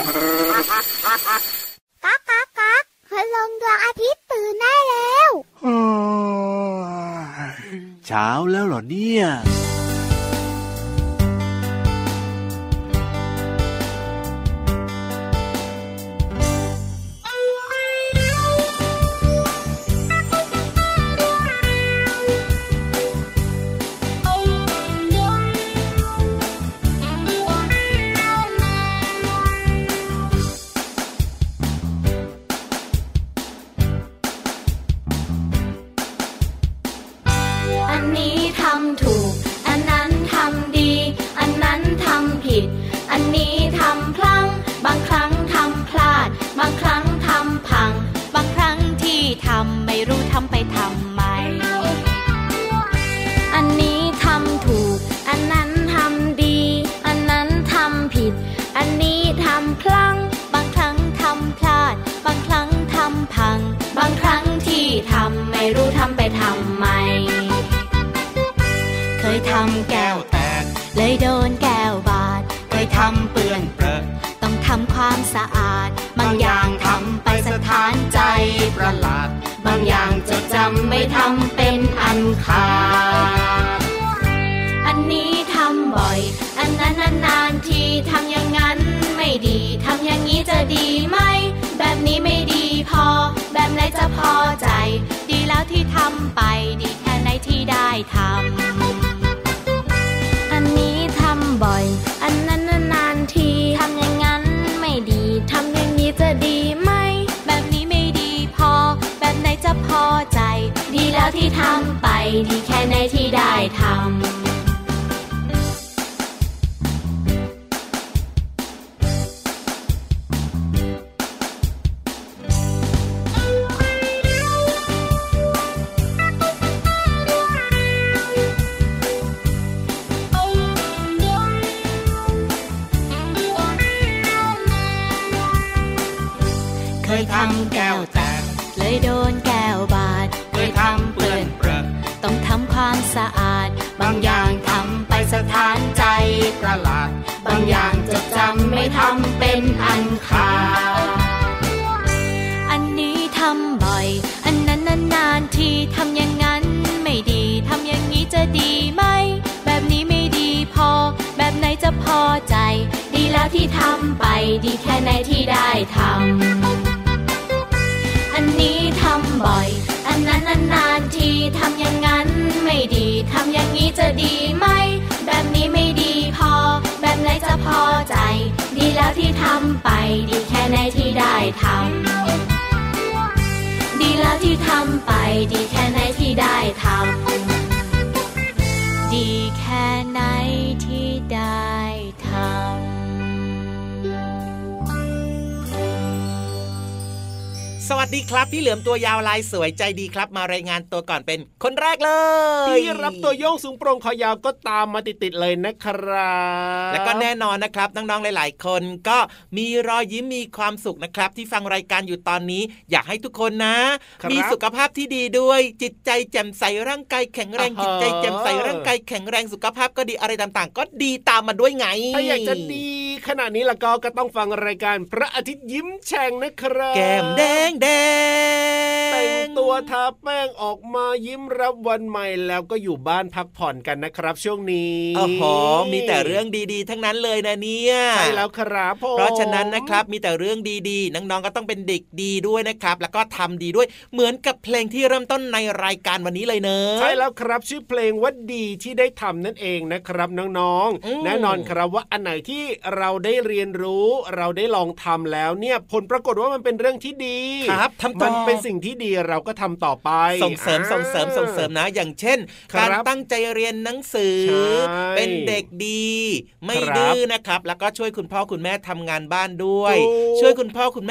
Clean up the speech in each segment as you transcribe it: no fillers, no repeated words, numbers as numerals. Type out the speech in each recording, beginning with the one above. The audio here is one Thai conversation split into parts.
ก๊ากก๊ากก๊ากคืนลงดวงอาทิตย์ตื่นได้แล้วเช้าแล้วเหรอเนี่ยทำแก้วแตกเลยโดนแก้วบาดเคยทำเปื้อนเปรอะต้องทำความสะอาดบางอย่างทำไปสถานใจประหลาดบางอย่างจะจำไม่ทำเป็นอันขาดอันนี้ทำบ่อยอันนั้นนานๆทีทำอย่างนั้นไม่ดีทำอย่างนี้จะดีไหมแบบนี้ไม่ดีพอแบบไหนจะพอใจดีแล้วที่ทำไปดีแค่ไหนที่ได้ทำอันนี้ทำบ่อยอันนั้นนานๆทีทำอย่างนั้นไม่ดีทำอย่างนี้จะดีไหมแบบนี้ไม่ดีพอแบบไหนจะพอใจดีแล้วที่ทำไปดีแค่ไหนที่ได้ทำเคยทำแก้วแตกเลยโดนแก้วบาดเคยทำเปื้อนเปรอะต้องทำความสะอาดบางอย่างทำไปสถานใจประหลาดบางอย่างจะจำไม่ทำเป็นอันขาดอันนี้ทำบ่อยอันนั้นนานๆทีทำอย่างนั้นไม่ดีทำอย่างนี้จะดีไหมแบบนี้ไม่ดีพอแบบไหนจะพอใจดีแล้วที่ทำไปดีแค่ไหนที่ได้ทำอันนี้ทำบ่อยอันนั้นนานๆทีทำอย่างนั้นไม่ดีทำอย่างนี้จะดีไหมแบบนี้ไม่ดีพอแบบไหนจะพอใจดีแล้วที่ทำไปดีแค่ไหนที่ได้ทำดีแล้วที่ทำไปดีแค่ไหนที่ได้ทำดีแค่ไหนที่ได้ทำสวัสดีครับพี่เหลือมตัวยาวลายสวยใจดีครับมารายงานตัวก่อนเป็นคนแรกเลยพี่รับตัวโยงสูงโปร่งคอยาวก็ตามมาติดๆเลยนะครับแล้วก็แน่นอนนะครับน้องๆหลายๆคนก็มีรอยยิ้มมีความสุขนะครับที่ฟังรายการอยู่ตอนนี้อยากให้ทุกคนนะมีสุขภาพที่ดีด้วยจิตใจแจ่มใสร่างกายแข็งแรงจิตใจแจ่มใสร่างกายแข็งแรงสุขภาพก็ดีอะไรต่างๆก็ดีตามมาด้วยไงถ้าอยากจะดีขนาดนี้แล้วก็ต้องฟังรายการพระอาทิตย์ยิ้มแฉ่งนะครับแก้มแดงแดงแต่งตัวทาแป้งออกมายิ้มรับวันใหม่แล้วก็อยู่บ้านพักผ่อนกันนะครับช่วงนี้โอ้โหมีแต่เรื่องดีๆทั้งนั้นเลยนะเนี่ยใช่แล้วครับผมเพราะฉะนั้นนะครับมีแต่เรื่องดีๆน้องๆก็ต้องเป็นเด็กดีด้วยนะครับแล้วก็ทำดีด้วยเหมือนกับเพลงที่เริ่มต้นในรายการวันนี้เลยเนอะใช่แล้วครับชื่อเพลงว่าดีที่ได้ทำนั่นเองนะครับน้องๆแน่นอนครับว่าอันไหนที่เราได้เรียนรู้เราได้ลองทำแล้วเนี่ยผลปรากฏว่ามันเป็นเรื่องที่ดีครับทำต่อมันเป็นสิ่งที่ดีเราก็ทำต่อไปส่งเสริมนะอย่างเช่นการตั้งใจเรียนหนังสือเป็นเด็กดีไม่ดื้อนะครับแล้วก็ช่วยคุณพ่อคุณแม่ทำงานบ้านด้วยช่วยคุณพ่อคุณแม่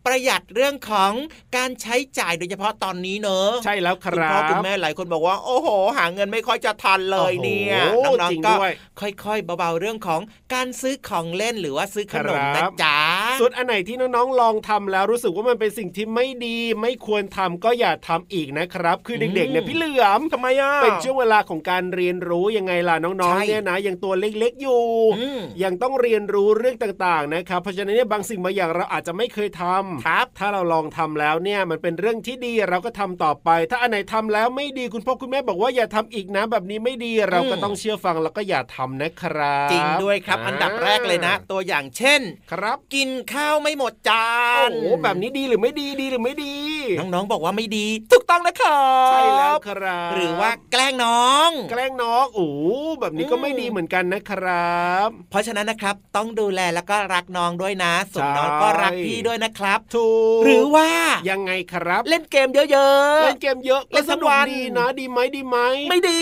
ประหยัดเรื่องของการใช้จ่ายโดยเฉพาะตอนนี้เนอะใช่แล้วครับคุณพ่อคุณแม่หลายคนบอกว่าโอ้โหหาเงินไม่ค่อยจะทันเลยเนี่ยน้องๆก็ค่อยๆเบาๆเรื่องของการซื้อของเล่นหรือว่าซื้อขนมนะจ๊ะส่วนอันไหนที่น้องๆลองทำแล้วรู้สึกว่ามันเป็นสิ่งที่ไม่ดีไม่ควรทำก็อย่าทำอีกนะครับคือเด็กๆเนี่ยพี่เหลือมทำไมอ่ะเป็นช่วงเวลาของการเรียนรู้ยังไงล่ะน้องๆเนี่ยนะยังตัวเล็กๆอยู่ยังต้องเรียนรู้เรื่องต่างๆนะครับเพราะฉะนั้นเนี่ยบางสิ่งบางอย่างเราอาจจะไม่เคยทำครับถ้าเราลองทำแล้วเนี่ยมันเป็นเรื่องที่ดีเราก็ทำต่อไปถ้าอันไหนทำแล้วไม่ดีคุณพ่อคุณแม่บอกว่าอย่าทำอีกนะแบบนี้ไม่ดีเราก็ต้องเชื่อฟังแล้วก็อย่าทำนะครับจริงด้วยครับอันดับแรกเลยนะตัวอย่างเช่นครับกินข้าวไม่หมดจานโอ้แบบนี้ดีหรือไม่ดีหรือไม่ดีน้องๆบอกว่าไม่ดีถูกต้องนะครับใช่แล้วครับหรือว่าแกล้งน้องโอ้แบบนี้ก็ไม่ดีเหมือนกันนะครับเพราะฉะนั้นนะครับต้องดูแลแล้วก็รักน้องด้วยนะส่วนน้องก็รักพี่ด้วยนะครับถูกหรือว่ายังไงครับเล่นเกมเยอะๆเล่นเกมเยอะเล่นสนุกดีนะดีไหมไม่ดี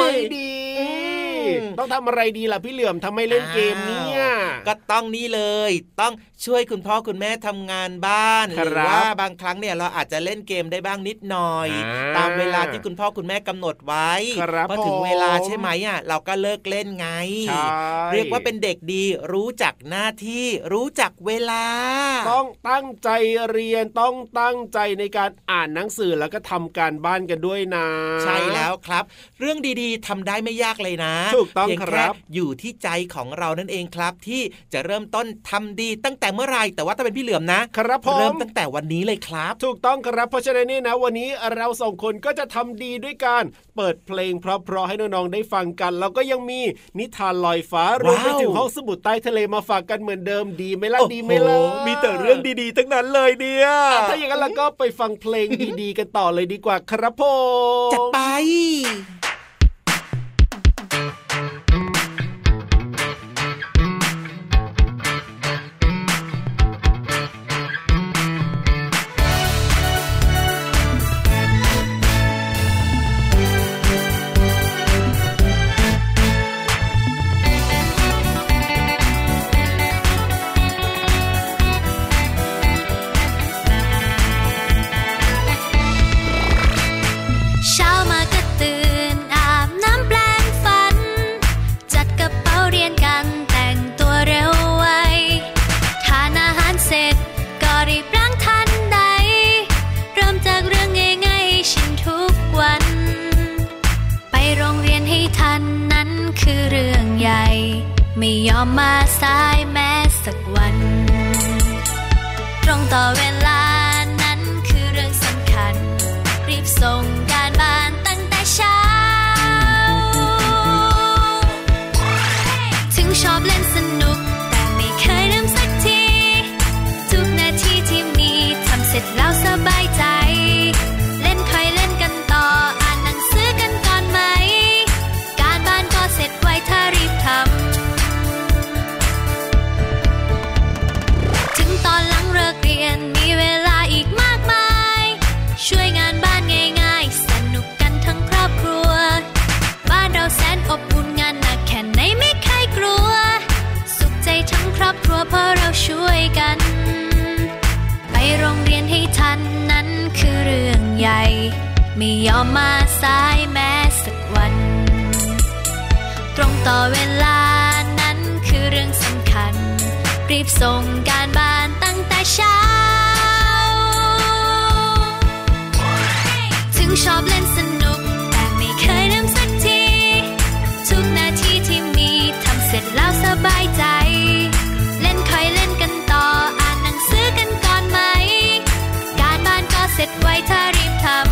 ต้องทำอะไรดีล่ะพี่เหลื่อมทำไมเล่นเกมเนี่ยก็ต้องนี่เลยต้องช่วยคุณพ่อคุณแม่ทำงานบ้านหรือว่าบางครั้งเนี่ยเราอาจจะเล่นเกมได้บ้างนิดหน่อยตามเวลาที่คุณพ่อคุณแม่กำหนดไว้พอถึงเวลาใช่ไหมอ่ะเราก็เลิกเล่นไงเรียกว่าเป็นเด็กดีรู้จักหน้าที่รู้จักเวลาต้องตั้งใจเรียนต้องตั้งใจในการอ่านหนังสือแล้วก็ทำการบ้านกันด้วยนะใช่แล้วครับเรื่องดีๆทำได้ไม่ยากเลยนะถูกต้องครับอยู่ที่ใจของเรานั่นเองครับที่จะเริ่มต้นทำดีตั้งแต่เมื่อไรแต่ว่าถ้าเป็นพี่เหลือมนะครับเริ่มตั้งแต่วันนี้เลยครับถูกต้องครับเพราะฉะนั้นนี่นะวันนี้เราสองคนก็จะทำดีด้วยการเปิดเพลงเพราะๆให้น้องๆได้ฟังกันแล้วก็ยังมีนิทานลอยฟ้ารวมไปถึงห้องสมุดใต้ทะเลมาฝากกันเหมือนเดิมดีไหมล่ะดีไหมล่ะมีแต่เรื่องดีๆทั้งนั้นเลยเนี่ยถ้าอย่างนั้นเราก็ไปฟังเพลงดีๆกันต่อเลยดีกว่าครับผมจัดไปไม่ยอมมาสายแม้สักวันตรงต่อเวลานั้นคือเรื่องสำคัญรีบส่งการบ้านตั้งแต่เช้าถึงชอบเล่นสนุกแต่ไม่เคยลืมสักทีทุกนาทีที่มีทำเสร็จแล้วสบายใจเล่นค่อยเล่นกันต่ออ่านหนังสือกันก่อนไหมการบ้านก็เสร็จไวถ้ารีบทำตอนหลังเลิกเรียนมีเวลาอีกมากมายช่วยงานบ้านง่ายๆสนุกกันทั้งครอบครัวบ้านเราแสนอบอุ่นงานหนักแค่ไหนไม่เคยกลัวสุขใจทั้งครอบครัวเพราะเราช่วยกันไปโรงเรียนให้ทันนั้นคือเรื่องใหญ่ไม่ยอมมาสายแม้สักวันตรงต่อเวลานั้นคือเรื่องสำคัญรีบส่งการบ้านตั้งแต่เช้าถึงชอบเล่นสนุกแต่ไม่เคยลืมสักทีทุกนาทีที่มีทำเสร็จแล้วสบายใจเล่นค่อยเล่นกันต่ออ่านหนังสือกันก่อนไหมการบ้านก็เสร็จไวถ้ารีบทำ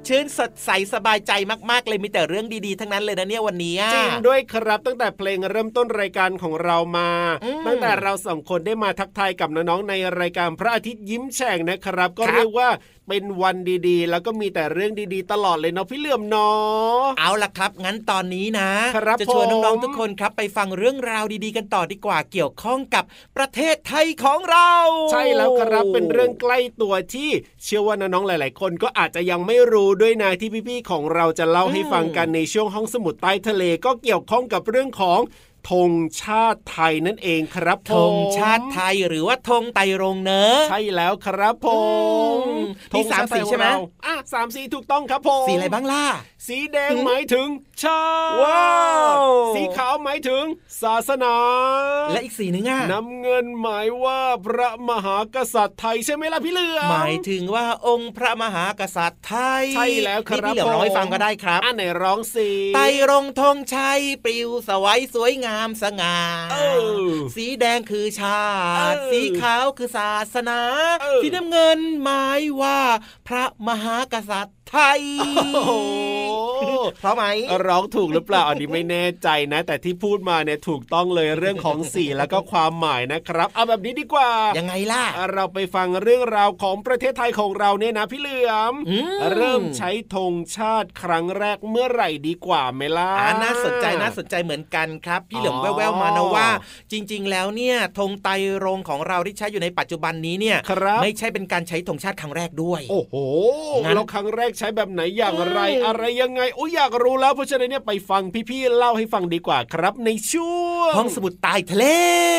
ชื่นสดใสสบายใจมากๆเลยมีแต่เรื่องดีๆทั้งนั้นเลยนะเนี่ยวันนี้จริงด้วยครับตั้งแต่เพลงเริ่มต้นรายการของเรามาตั้งแต่เราสองคนได้มาทักทายกับน้องๆในรายการพระอาทิตย์ยิ้มแฉ่งนะครับก็เรียกว่าเป็นวันดีๆแล้วก็มีแต่เรื่องดีๆตลอดเลยเนาะพี่เหลื่อมเนาะเอาล่ะครับงั้นตอนนี้นะจะชวนน้องๆทุกคนครับไปฟังเรื่องราวดีๆกันต่อดีกว่าเกี่ยวข้องกับประเทศไทยของเราใช่แล้วครับเป็นเรื่องใกล้ตัวที่เชื่อว่าน้องๆหลายๆคนก็อาจจะยังไม่รู้ด้วยนะที่พี่ๆของเราจะเล่าให้ฟังกันในช่วงห้องสมุดใต้ทะเลก็เกี่ยวข้องกับเรื่องของธงชาติไทยนั่นเองครับธงชาติไทยหรือว่าธงไตรรงค์เนอะใช่แล้วครับผมมี3 สีใช่ไหม 3 สีถูกต้องครับผมสีอะไรบ้างล่ะสีแดงหมายถึงชาติว้าวสีขาวหมายถึงศาสนาและอีกสีนึงอ่ะน้ำเงินหมายว่าพระมหากษัตริย์ไทยใช่ไหมล่ะพี่เหลือหมายถึงว่าองค์พระมหากษัตริย์ไทยใช่แล้วครับพี่เหลือร้องให้ฟังก็ได้ครับไหนร้องสิไตรรงค์ธงชัยปลิวสวยสวยงามสง่าสีแดงคือชาติสีขาวคือศาสนาสีน้ำเงินหมายว่าพระมหากษัตริย์ไทยเพราะไหมร้องถูกหรือเปล่าอันนี้ไม่แน่ใจนะแต่ที่พูดมาเนี่ยถูกต้องเลยเรื่องของสีแล้วก็ความหมายนะครับเอาแบบนี้ดีกว่ายังไงล่ะเราไปฟังเรื่องราวของประเทศไทยของเราเนี่ยนะพี่เหลือมเริ่มใช้ธงชาติครั้งแรกเมื่อไหร่ดีกว่าไหมล่ะน่าสนใจเหมือนกันครับพี่เหลือมแว่วๆมานะว่าจริงๆแล้วเนี่ยธงไตรรงค์ของเราที่ใช้อยู่ในปัจจุบันนี้เนี่ยไม่ใช่เป็นการใช้ธงชาติครั้งแรกด้วยโอ้โหเราครั้งแรกใช้แบบไหนอย่างไรอะไรยังไงอยากรู้แล้วเพราะฉะนั้นเนี่ยไปฟังพี่ๆเล่าให้ฟังดีกว่าครับในช่วงห้องสมุดใต้ทะเล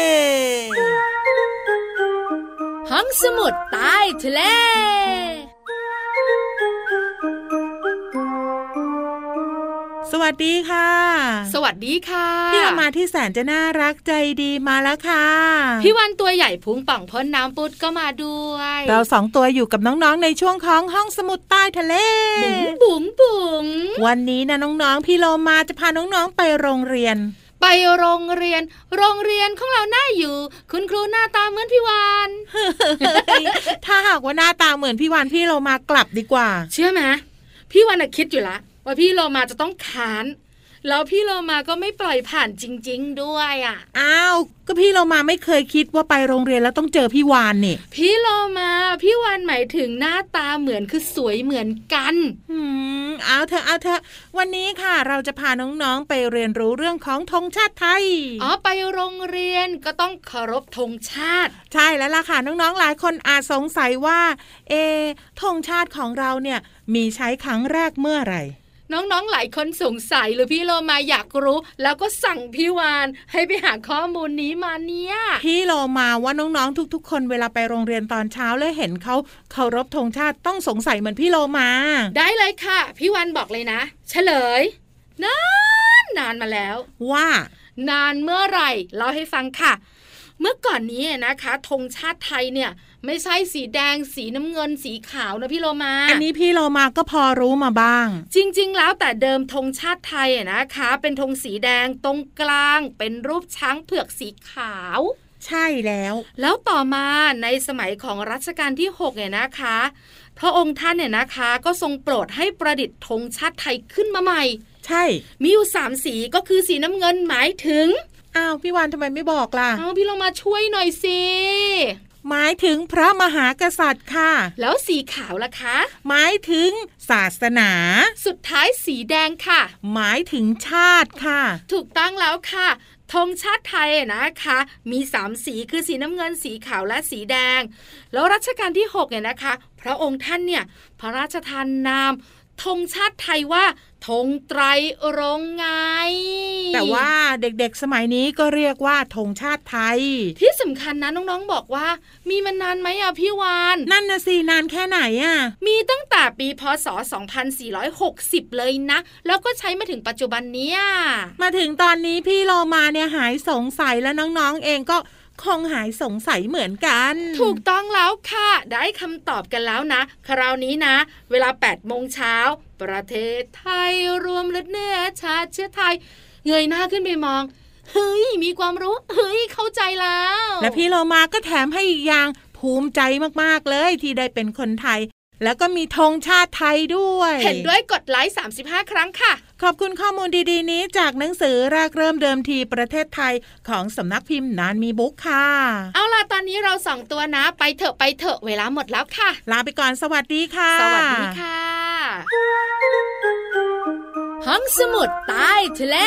ห้องสมุดใต้ทะเลสวัสดีค่ะสวัสดีค่ะพี่มาที่แสนจะน่ารักใจดีมาแล้วค่ะพี่วันตัวใหญ่พุงป่องพ้นน้ำปุดก็มาด้วยเรา2ตัวอยู่กับน้องๆในช่วงของห้องสมุดใต้ทะเลบุ๋งบุ๋งบุ๋งวันนี้นะน้องๆพี่โลมาจะพาน้องๆไปโรงเรียนโรงเรียนของเราหน้าอยู่คุณครูหน้าตาเหมือนพี่วานถ้าหากว่าหน้าตาเหมือนพี่วานพี่โลมากลับดีกว่าเชื่อไหมพี่วานคิดอยู่ละว่าพี่โลมาจะต้องค้านแล้วพี่โลมาก็ไม่ปล่อยผ่านจริงๆด้วยอ้าวก็พี่โลมาไม่เคยคิดว่าไปโรงเรียนแล้วต้องเจอพี่วานนี่พี่โลมาพี่วานหมายถึงหน้าตาเหมือนคือสวยเหมือนกันเอาเถอะวันนี้ค่ะเราจะพาน้องๆไปเรียนรู้เรื่องของธงชาติไทยไปโรงเรียนก็ต้องเคารพธงชาติใช่แล้วล่ะค่ะน้องๆหลายคนอาจสงสัยว่าธงชาติของเราเนี่ยมีใช้ครั้งแรกเมื่อไหร่น้องๆหลายคนสงสัยหรือพี่โลมาอยากรู้แล้วก็สั่งพี่วานให้ไปหาข้อมูลนี้มาเนี่ยพี่โลมาว่าน้องๆทุกๆคนเวลาไปโรงเรียนตอนเช้าแล้วเห็นเขาเคารพธงชาติต้องสงสัยเหมือนพี่โลมาได้เลยค่ะพี่วานบอกเลยนะเฉลยนานมาแล้วว่านานเมื่อไหร่เล่าให้ฟังค่ะเมื่อก่อนนี้นะคะธงชาติไทยเนี่ยไม่ใช่สีแดงสีน้ำเงินสีขาวนะพี่โลมาอันนี้พี่โลมาก็พอรู้มาบ้างจริงๆแล้วแต่เดิมธงชาติไทยนะคะเป็นธงสีแดงตรงกลางเป็นรูปช้างเผือกสีขาวใช่แล้วต่อมาในสมัยของรัชกาลที่6เนี่ยนะคะพระองค์ท่านเนี่ยนะคะก็ทรงโปรดให้ประดิษฐ์ธงชาติไทยขึ้นมาใหม่ใช่มีอยู่3สีก็คือสีน้ำเงินหมายถึงอ้าวพี่วานทำไมไม่บอกล่ะพี่ลงมาช่วยหน่อยสิหมายถึงพระมหากษัตริย์ค่ะแล้วสีขาวล่ะคะหมายถึงศาสนาสุดท้ายสีแดงค่ะหมายถึงชาติค่ะถูกต้องแล้วค่ะธงชาติไทยนะคะมี3สีคือสีน้ำเงินสีขาวและสีแดงแล้วรัชกาลที่6เนี่ยนะคะพระองค์ท่านเนี่ยพระราชทานนามธงชาติไทยว่าธงไตรรงค์ไงแต่ว่าเด็กๆสมัยนี้ก็เรียกว่าธงชาติไทยที่สำคัญนะน้องๆบอกว่ามีมานานไหมพี่วานนั่นนะสินานแค่ไหนมีตั้งแต่ปีพ.ศ. 2460เลยนะแล้วก็ใช้มาถึงปัจจุบันนี้มาถึงตอนนี้พี่โลมาเนี่ยหายสงสัยแล้วน้องๆเองก็คงหายสงสัยเหมือนกันถูกต้องแล้วค่ะได้คำตอบกันแล้วนะคราวนี้นะเวลา 8:00 น.ประเทศไทยรวมเลือดเนื้อชาติเชื้อไทยเงยหน้าขึ้นไปมองเฮ้ยมีความรู้เฮ้ยเข้าใจแล้วและพี่โลมาก็แถมให้อีกอย่างภูมิใจมากๆเลยที่ได้เป็นคนไทยแล้วก็มีธงชาติไทยด้วยเห็นด้วยกดไลค์35ครั้งค่ะขอบคุณข้อมูลดีๆนี้จากหนังสือแรกเริ่มเดิมทีประเทศไทยของสำนักพิมพ์นานมีบุ๊กค่ะเอาล่ะตอนนี้เรา2ตัวนะไปเถอะเวลาหมดแล้วค่ะลาไปก่อนสวัสดีค่ะสวัสดีค่ะห้องสมุดใต้ทะเล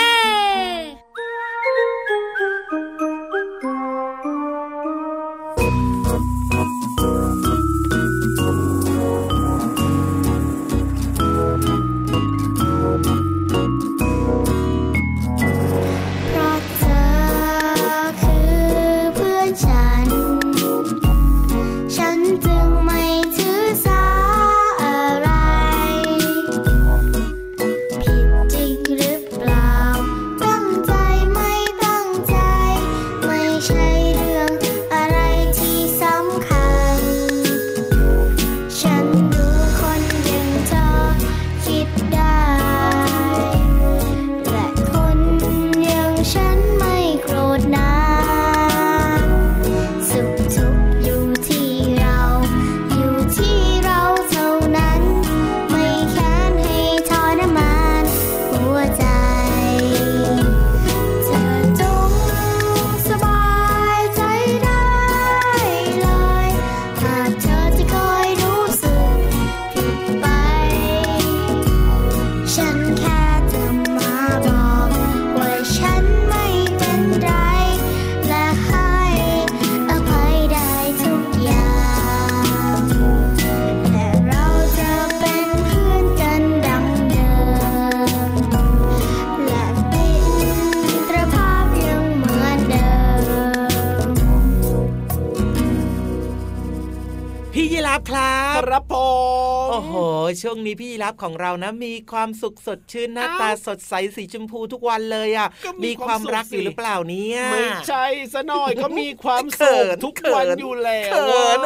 ครับผมโอ้โหช่วงนี้พี่ยีรับของเรานะมีความสุขสดชื่นหน้าตาสดใสสีชมพูทุกวันเลยอ่ะมีความรักอยู่หรือเปล่าเนี่ยไม่ใช่ซะหน่อยก็มีความสุขทุกวันอยู่แล้ว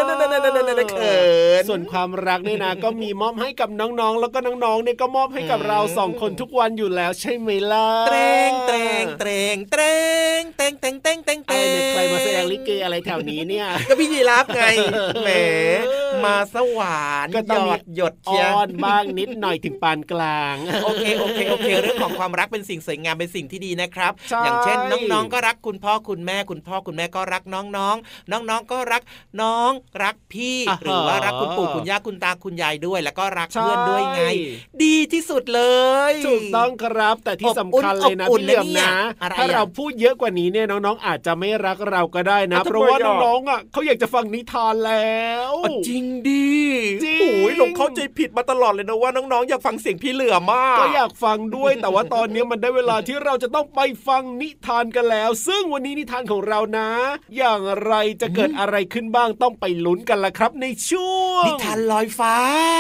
ส่วนความรักเนี่ยนะก็มีมอบให้กับน้องๆแล้วก็น้องๆเนี่ยก็มอบให้กับเรา2คนทุกวันอยู่แล้วใช่ไหมล่ะเตรงเตรงเตรงเตรงเตรงเตรงเตรงเตรงเตรงใครมาแสดงลิเกอะไรแถวนี้เนี่ยก็พี่ยีรับไงแหมมาสวรรค์ก็ต้องหยดอ่อนบ้างนิดหน่อยถึงปานกลางโอเคเรื่องของความรักเป็นสิ่งสวยงามเป็นสิ่งที่ดีนะครับอย่างเช่นน้องๆก็รักคุณพ่อคุณแม่คุณพ่อคุณแม่ก็รักน้องๆน้องๆก็รักน้องรักพี่หรือว่ารักคุณปู่คุณย่าคุณตาคุณยายด้วยแล้วก็รักเพื่อนด้วยไงดีที่สุดเลยถูกต้องครับแต่ที่สำคัญเลยนะพี่เหลี่ยมนะถ้าเราพูดเยอะกว่านี้เนี่ยน้องๆอาจจะไม่รักเราก็ได้นะเพราะว่าน้องๆอ่ะเขาอยากจะฟังนิทานแล้วจริงดิโอ้ยหลงเข้าใจผิดมาตลอดเลยนะว่าน้องๆอยากฟังเสียงพี่เหลือมากก็อยากฟังด้วยแต่ว่าตอนนี้มันได้เวลาที่เราจะต้องไปฟังนิทานกันแล้วซึ่งวันนี้นิทานของเรานะอย่างไรจะเกิดอะไรขึ้นบ้างต้องไปลุ้นกันละครับในช่วงนิทานลอยฟ้า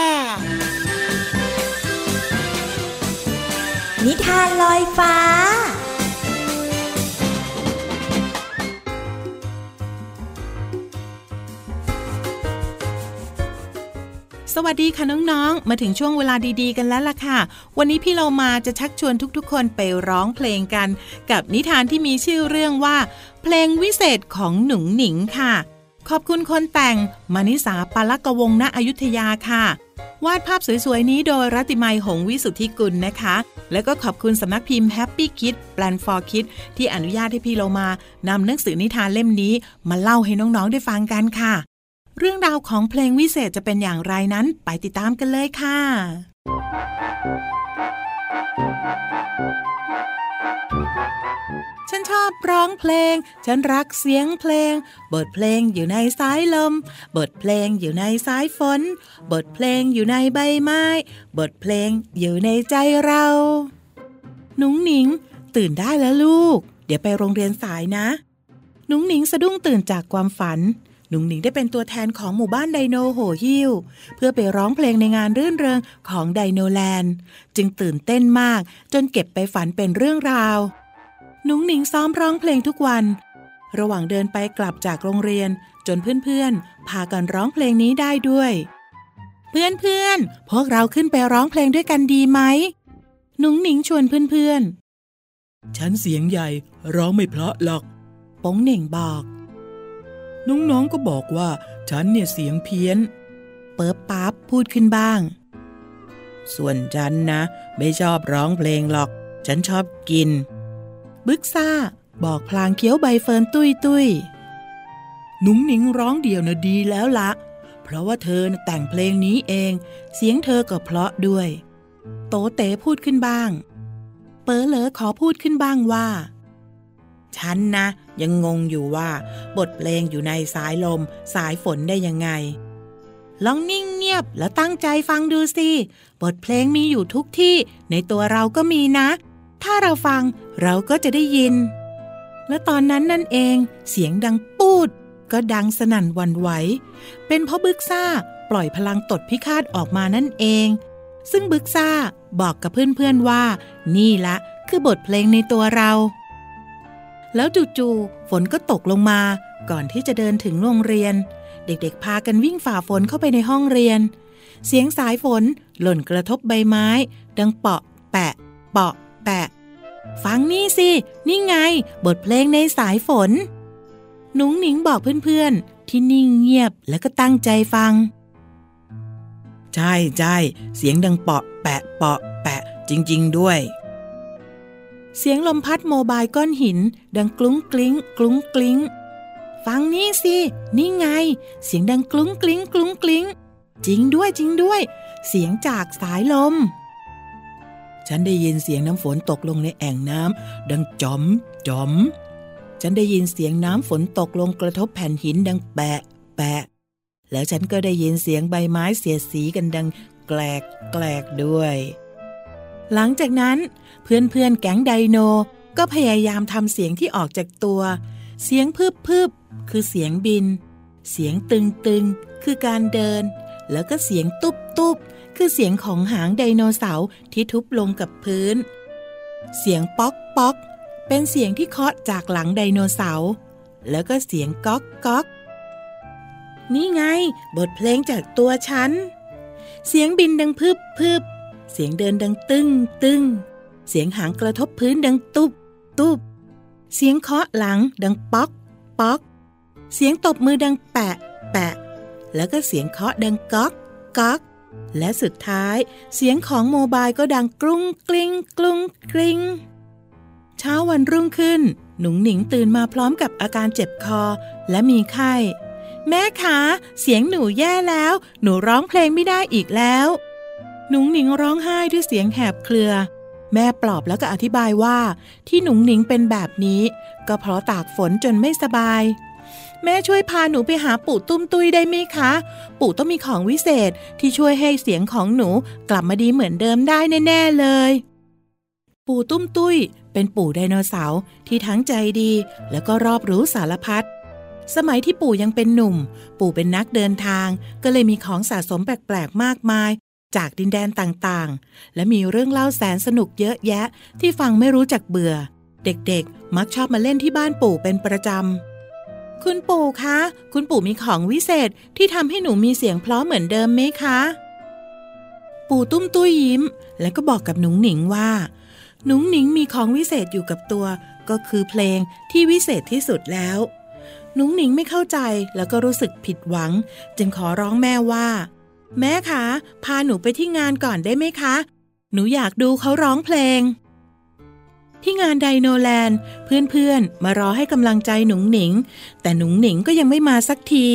นิทานลอยฟ้าสวัสดีค่ะน้องๆมาถึงช่วงเวลาดีๆกันแล้วล่ะค่ะวันนี้พี่เรามาจะชักชวนทุกๆคนไปร้องเพลงกันกับนิทานที่มีชื่อเรื่องว่าเพลงวิเศษของหนุ่งหนิงค่ะขอบคุณคนแต่งมานิสาปาลกวงศ์ณอยุธยาค่ะวาดภาพสวยๆนี้โดยรัติมัยหงส์วิสุทธิกุลนะคะแล้วก็ขอบคุณสำนักพิมพ์ Happy Kids Plan for Kids ที่อนุญาตให้พี่เรามานำหนังสือนิทานเล่มนี้มาเล่าให้น้องๆได้ฟังกันค่ะเรื่องราวของเพลงวิเศษจะเป็นอย่างไรนั้นไปติดตามกันเลยค่ะฉันชอบร้องเพลงฉันรักเสียงเพลงบทเพลงอยู่ในสายลมบทเพลงอยู่ในสายฝนบทเพลงอยู่ในใบไม้บทเพลงอยู่ในใจเราหนุ่งหนิงตื่นได้แล้วลูกเดี๋ยวไปโรงเรียนสายนะหนุ่งหนิงสะดุ้งตื่นจากความฝันหนุ่งหนิงได้เป็นตัวแทนของหมู่บ้านไดโนโหหิ้วเพื่อไปร้องเพลงในงานรื่นเริงของไดโนแลนด์จึงตื่นเต้นมากจนเก็บไปฝันเป็นเรื่องราวหนุ่งหนิงซ้อมร้องเพลงทุกวันระหว่างเดินไปกลับจากโรงเรียนจนเพื่อนๆพากันร้องเพลงนี้ได้ด้วยเพื่อนๆพวกเราขึ้นไปร้องเพลงด้วยกันดีไหมหนุ่งหนิงชวนเพื่อนๆฉันเสียงใหญ่ร้องไม่เพราะหรอกป๋องเหน่งบอกน้องๆก็บอกว่าฉันเนี่ยเสียงเพี้ยนเปิบปั๊บพูดขึ้นบ้างส่วนฉันนะไม่ชอบร้องเพลงหรอกฉันชอบกินบึกซ่าบอกพลางเคี้ยวใบเฟิร์นตุ้ยหนุ่งหนิงร้องเดี่ยวนะดีแล้วละเพราะว่าเธอแต่งเพลงนี้เองเสียงเธอก็เพราะด้วยโตเต๋พูดขึ้นบ้างเป๋อเหลอขอพูดขึ้นบ้างว่าฉันนะยังงงอยู่ว่าบทเพลงอยู่ในสายลมสายฝนได้ยังไงลองนิ่งเงียบแล้วตั้งใจฟังดูสิบทเพลงมีอยู่ทุกที่ในตัวเราก็มีนะถ้าเราฟังเราก็จะได้ยินและตอนนั้นนั่นเองเสียงดังปูดก็ดังสนั่นหวั่นไหวเป็นเพราะบึกซ่าปล่อยพลังตดพิฆาตออกมานั่นเองซึ่งบึกซ่าบอกกับเพื่อนๆว่านี่ละคือบทเพลงในตัวเราแล้วจู่ๆฝนก็ตกลงมาก่อนที่จะเดินถึงโรงเรียนเด็กๆพากันวิ่งฝ่าฝนเข้าไปในห้องเรียนเสียงสายฝนหล่นกระทบใบไม้ดังเปาะแปะเปาะแปะฟังนี่สินี่ไงบทเพลงในสายฝนหนุ่งหนิงบอกเพื่อนๆที่นิ่งเงียบแล้วก็ตั้งใจฟังใช่เสียงดังเปาะแปะเปาะแปะจริงๆด้วยเสียงลมพัดโมบายก้อนหินดังกลุ้งกลิ้งกลุ้งกลิ้งฟังนี่สินี่ไงเสียงดังกลุ้งกลิ้งกลุ้งกลิ้งจริงด้วยเสียงจากสายลมฉันได้ยินเสียงน้ำฝนตกลงในแอ่งน้ำดังจ๋อมจ๋อมฉันได้ยินเสียงน้ำฝนตกลงกระทบแผ่นหินดังแปะแปะแล้วฉันก็ได้ยินเสียงใบไม้เสียดสีกันดังแกลกแกลกด้วยหลังจากนั้นเพื่อนๆแก๊งไดโนก็พยายามทำเสียงที่ออกจากตัวเสียงพึบๆคือเสียงบินเสียงตึงๆคือการเดินแล้วก็เสียงตุ๊บๆคือเสียงของหางไดโนเสาร์ที่ทุบลงกับพื้นเสียงป๊อกป๊อกเป็นเสียงที่เคาะจากหลังไดโนเสาร์แล้วก็เสียงก๊อกก๊อกนี่ไงบทเพลงจากตัวฉันเสียงบินดังพึบเสียงเดินดังตึ้งเสียงหางกระทบพื้นดังตุ๊บเสียงเคาะหลังดังป๊อกป๊อกเสียงตบมือดังแปะแปะแล้วก็เสียงเคาะดังก๊อกก๊อกและสุดท้ายเสียงของโมบายก็ดังกรุ้งกลิ้งกรุ้งกริ้งเช้าวันรุ่งขึ้นหนุ่งหนิงตื่นมาพร้อมกับอาการเจ็บคอและมีไข้แม่คะเสียงหนูแย่แล้วหนูร้องเพลงไม่ได้อีกแล้วหนุ่งหนิงร้องไห้ด้วยเสียงแหบเครือแม่ปลอบแล้วก็อธิบายว่าที่หนุ่งหนิงเป็นแบบนี้ก็เพราะตากฝนจนไม่สบายแม่ช่วยพาหนูไปหาปู่ตุ้มตุ้ยได้ไหมคะปู่ต้องมีของวิเศษที่ช่วยให้เสียงของหนูกลับมาดีเหมือนเดิมได้แน่ๆเลยปู่ตุ้มตุ้ยเป็นปู่ไดโนเสาร์ที่ทั้งใจดีแล้วก็รอบรู้สารพัดสมัยที่ปู่ยังเป็นหนุ่มปู่เป็นนักเดินทางก็เลยมีของสะสมแปลกๆมากมายจากดินแดนต่างๆและมีเรื่องเล่าแสนสนุกเยอะแยะที่ฟังไม่รู้จักเบื่อเด็กๆมักชอบมาเล่นที่บ้านปู่เป็นประจำคุณปู่คะคุณปู่มีของวิเศษที่ทำให้หนูมีเสียงเพราะเหมือนเดิมไหมคะปู่ตุ้มตุ้ยยิ้มแล้วก็บอกกับหนุ่งหนิงว่าหนุ่งหนิงมีของวิเศษอยู่กับตัวก็คือเพลงที่วิเศษที่สุดแล้วหนุ่งหนิงไม่เข้าใจแล้วก็รู้สึกผิดหวังจึงขอร้องแม่ว่าแม่คะพาหนูไปที่งานก่อนได้ไหมคะหนูอยากดูเขาร้องเพลงที่งานไดโนแลนด์เพื่อนๆมารอให้กำลังใจหนุ่งหนิงแต่หนุ่งหนิงก็ยังไม่มาสักที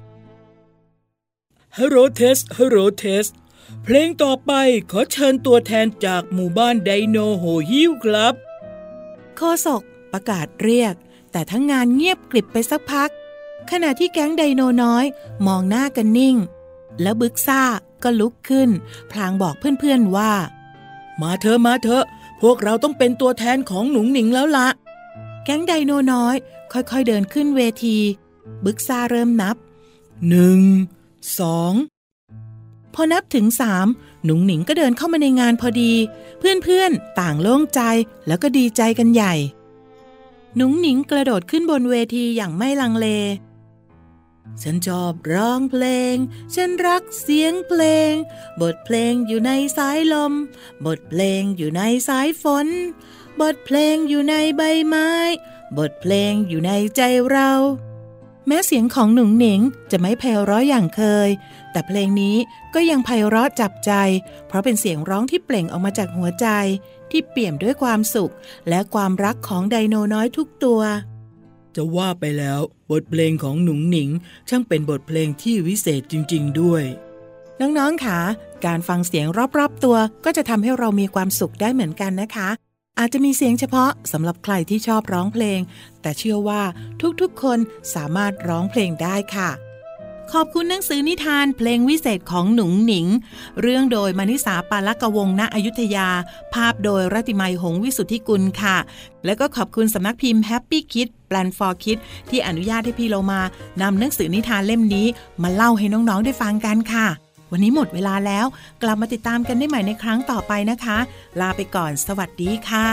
ฮัลโหลเทสฮัลโหลเทสเพลงต่อไปขอเชิญตัวแทนจากหมู่บ้านไดโนโหหิ้วครับโฆษกประกาศเรียกแต่ทั้งงานเงียบกริบไปสักพักขณะที่แก๊งไดโนน้อยมองหน้ากันนิ่งแล้วบึกซ่าก็ลุกขึ้นพลางบอกเพื่อนๆว่ามาเถอะพวกเราต้องเป็นตัวแทนของหนุ่งหนิงแล้วละแก๊งไดโนน้อยค่อยๆเดินขึ้นเวทีบึกซ่าเริ่มนับ1 2พอนับถึง3หนุ่งหนิงก็เดินเข้ามาในงานพอดีเพื่อนๆต่างโล่งใจแล้วก็ดีใจกันใหญ่หนุ่งหนิงกระโดดขึ้นบนเวทีอย่างไม่ลังเลฉันชอบร้องเพลงฉันรักเสียงเพลงบทเพลงอยู่ในสายลมบทเพลงอยู่ในสายฝนบทเพลงอยู่ในใบไม้บทเพลงอยู่ในใจเราแม้เสียงของหนุ่งหนิงจะไม่ไพเราะอย่างเคยแต่เพลงนี้ก็ยังไพเราะจับใจเพราะเป็นเสียงร้องที่เปล่งออกมาจากหัวใจที่เปี่ยมด้วยความสุขและความรักของไดโนน้อยทุกตัวจะว่าไปแล้วบทเพลงของหนุ่งหนิงช่างเป็นบทเพลงที่วิเศษจริงๆด้วยน้องๆค่ะการฟังเสียงรอบๆตัวก็จะทำให้เรามีความสุขได้เหมือนกันนะคะอาจจะมีเสียงเฉพาะสำหรับใครที่ชอบร้องเพลงแต่เชื่อว่าทุกๆคนสามารถร้องเพลงได้ค่ะขอบคุณหนังสือนิทานเพลงวิเศษของหนุ่งหนิงเรื่องโดยมณิสาปาลกวงศ์ณอยุธยาภาพโดยรัติมัยหงส์วิสุทธิกุลค่ะและก็ขอบคุณสำนักพิมพ์ Happy Kids Plan for Kids ที่อนุญาตให้พี่โลมานำหนังสือนิทานเล่มนี้มาเล่าให้น้องๆได้ฟังกันค่ะวันนี้หมดเวลาแล้วกลับมาติดตามกันได้ใหม่ในครั้งต่อไปนะคะลาไปก่อนสวัสดีค่ะ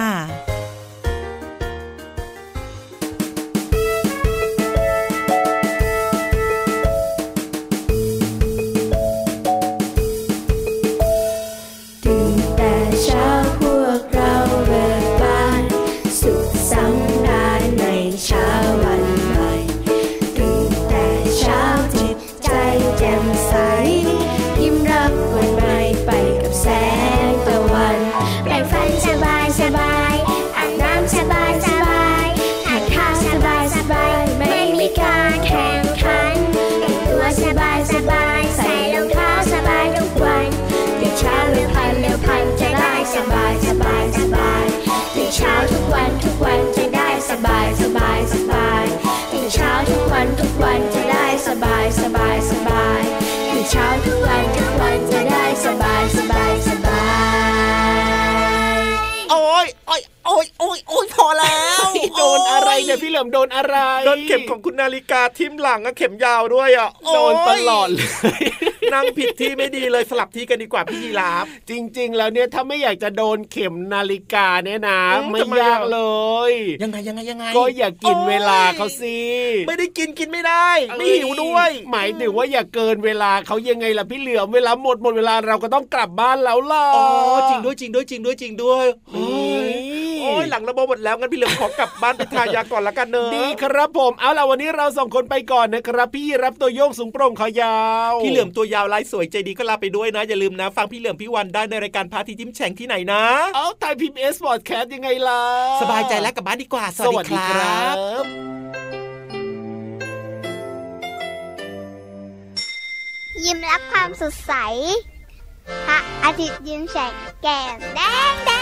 ทุกวันจะได้สบายตื่นเช้าทุกวันจะได้สบายโอ้ยพอแล้วโดนอะไรเนี่ยพี่เหลิมโดนอะไรโดนเข็มของคุณนาฬิกาทิ่มหลังอะเข็มยาวด้วยอะโดนตลอดเลยนั่งผิดที่ไม่ดีเลยสลับที่กันดีกว่าพี่ยีราฟจริงๆแล้วเนี่ยถ้าไม่อยากจะโดนเข็มนาฬิกาเนี่ยนะไม่ยากเลยยังไงก็อย่ากินเวลาเขาสิไม่ได้กินไม่ได้ไม่หิวด้วยหมายถึงว่าอย่าเกินเวลาเขายังไงล่ะพี่เหลือมเวลาหมดเวลาเราก็ต้องกลับบ้านแล้วล่ะอ๋อจริงด้วยโอ้ยหลังระบบหมดแล้วงั้นพี่เหลือมขอกลับบ้านไปทายาก่อนละกันเนอะดีครับผมเอาล่ะวันนี้เราส่งคนไปก่อนนะครับพี่รับตัวโยงสูงโปร่งขายาวพี่เหลือมตัวยาวลายสวยใจดีก็ลาไปด้วยนะอย่าลืมนะฟังพี่เหลือมพี่วันได้ในรายการพาที่ยิ้มแฉ่งที่ไหนนะเอาไทย PBS Podcast ยังไงล่ะสบายใจแล้วกลับบ้านดีกว่าสวัสดีครับยิ้มรับความสดใสพระอาทิตย์ยิ้มแฉกแก้มแดง